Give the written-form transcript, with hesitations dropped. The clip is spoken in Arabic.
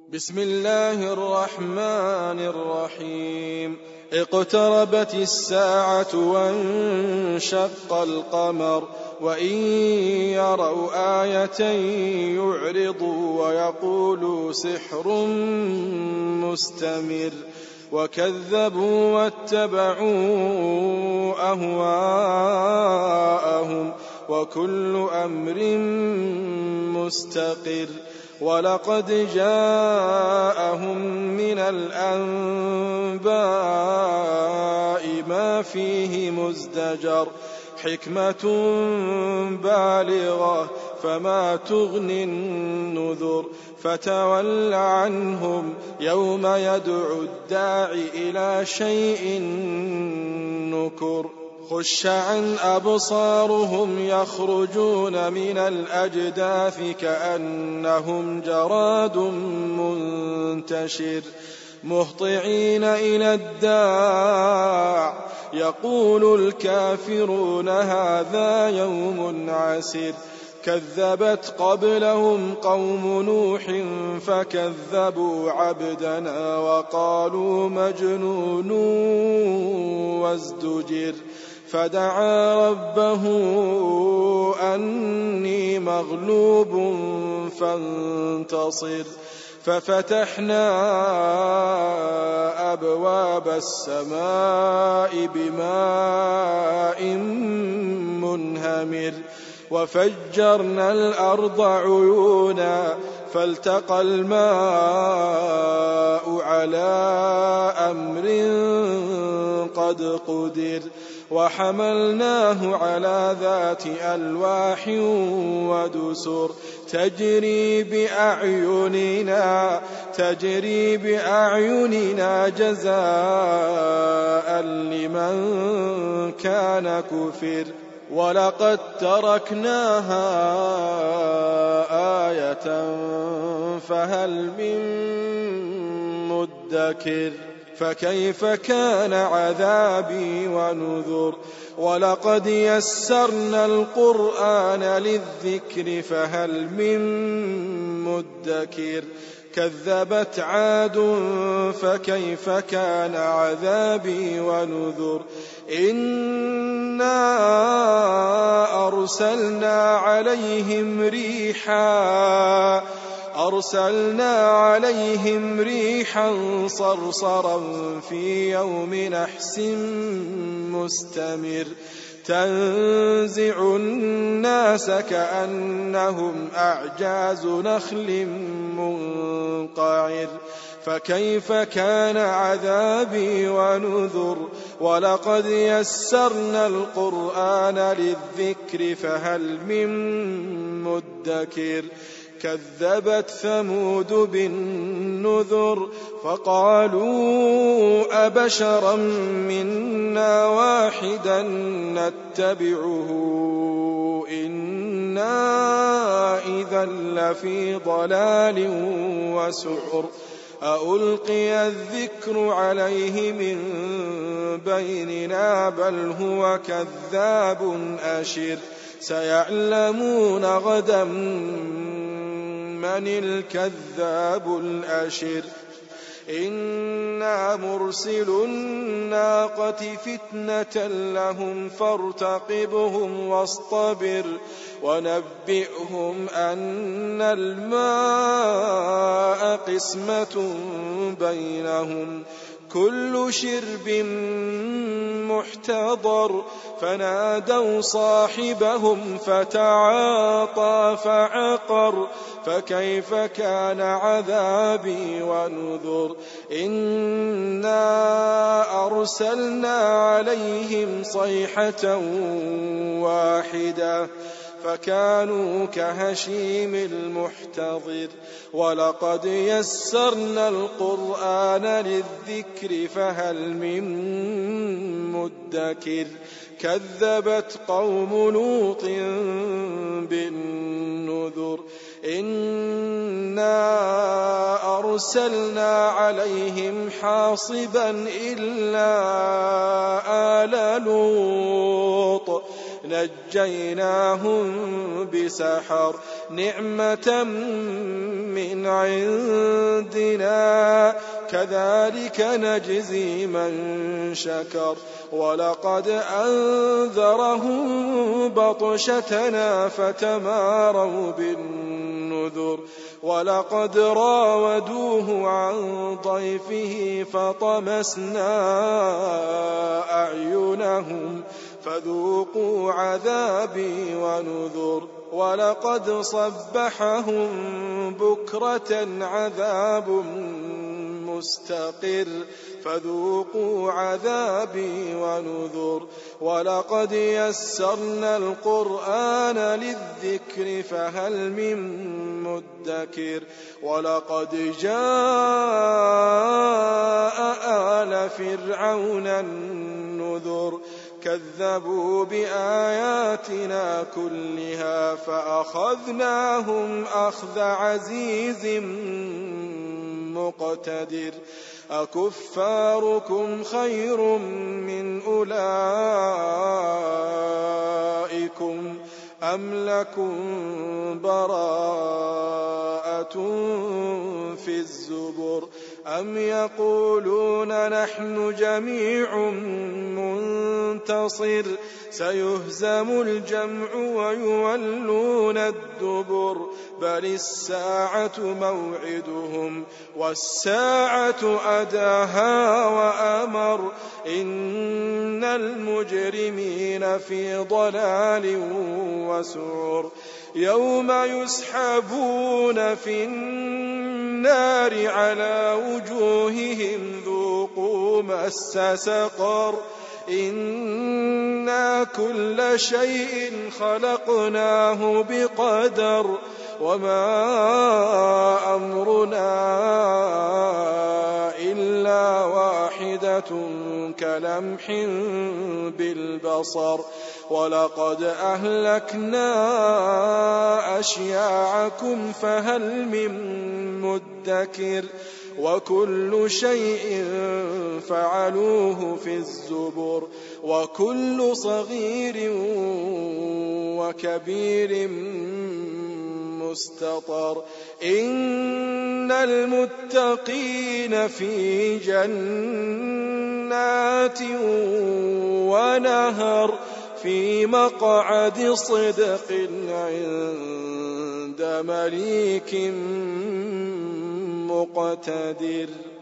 بسم الله الرحمن الرحيم. اقتربت الساعة وانشق القمر وإن يروا آية يعرضوا ويقولوا سحر مستمر وكذبوا واتبعوا أهواءهم وكل أمر مستقر. ولقد جاءهم من الأنباء ما فيه مزدجر حكمة بالغة فما تغني النذر. فتول عنهم يوم يدعو الداع إلى شيء نكر. خش عن أبصارهم يخرجون من الأجداث كأنهم جراد منتشر مهطعين إلى الداع يقول الكافرون هذا يوم عسر. كذبت قبلهم قوم نوح فكذبوا عبدنا وقالوا مجنون وازدجر. فدعا ربه أني مغلوب فانتصر. ففتحنا أبواب السماء بماء منهمر وفجرنا الأرض عيونا فالتقى الماء على أمر قد قدر. وحملناه على ذات ألواح ودسر تجري بأعيننا جزاء لمن كان كفر. ولقد تركناها آية فهل من مدكر. فكيف كان عذابي ونذر. ولقد يسرنا القرآن للذكر فهل من مدكر. كذبت عاد فكيف كان عذابي ونذر. إنا أرسلنا عليهم ريحا صرصرا في يوم نحس مستمر تنزع الناس كأنهم أعجاز نخل منقعر. فكيف كان عذابي ونذر. ولقد يسرنا القرآن للذكر فهل من مدكر. كذبت ثمود بالنذر فقالوا أبشرا منا واحدا نتبعه إنا إذا لفي ضلال وسعر. أألقي الذكر عليه من بيننا بل هو كذاب أشر. سيعلمون غدا من الكذاب الأشر. إنا مرسل الناقة فتنة لهم فارتقبهم واصطبر ونبئهم أن الماء قسمة بينهم كل شرب محتضر. فنادوا صاحبهم فتعاطى فعقر. فكيف كان عذابي ونذر. إنا أرسلنا عليهم صيحة واحدة فكانوا كهشيم المحتضر. ولقد يسرنا القرآن للذكر فهل من مدكر. كذبت قوم لوط بالنذر. إنا أرسلنا عليهم حاصبا إلا آل لوط نجيناهم بسحر نعمة من عندنا كذلك نجزي من شكر ولقد أنذرهم بطشتنا فتماروا بالنذر ولقد راودوه عن ضيفه فطمسنا أعينهم فذوقوا عذابي ونذر ولقد صبحهم بكرة عذاب مستقر فذوقوا عذابي ونذر ولقد يسرنا القرآن للذكر فهل من مدكر ولقد جاء آل فرعون النذر كذبوا بآياتنا كلها فأخذناهم أخذ عزيز مقتدر أكفاركم خير من أولئكم أم لكم براءة في الزبر أم يقولون نحن جميع منتصر سيهزم الجمع ويولون الدبر بل الساعة موعدهم والساعة أداها وأمر إن المجرمين في ضلال وسعر يوم يسحبون في النار على وجوههم ذوقوا مس سقر إنا كل شيء خلقناه بقدر وما أمرنا إلا واحدة كلمح بالبصر ولقد أهلكنا أشياعكم فهل من مدكر وكل شيء فعلوه في الزبر وكل صغير وكبير مستطر إن المتقين في جنات ونهر في مقعد صدق عند مليك مقتدر.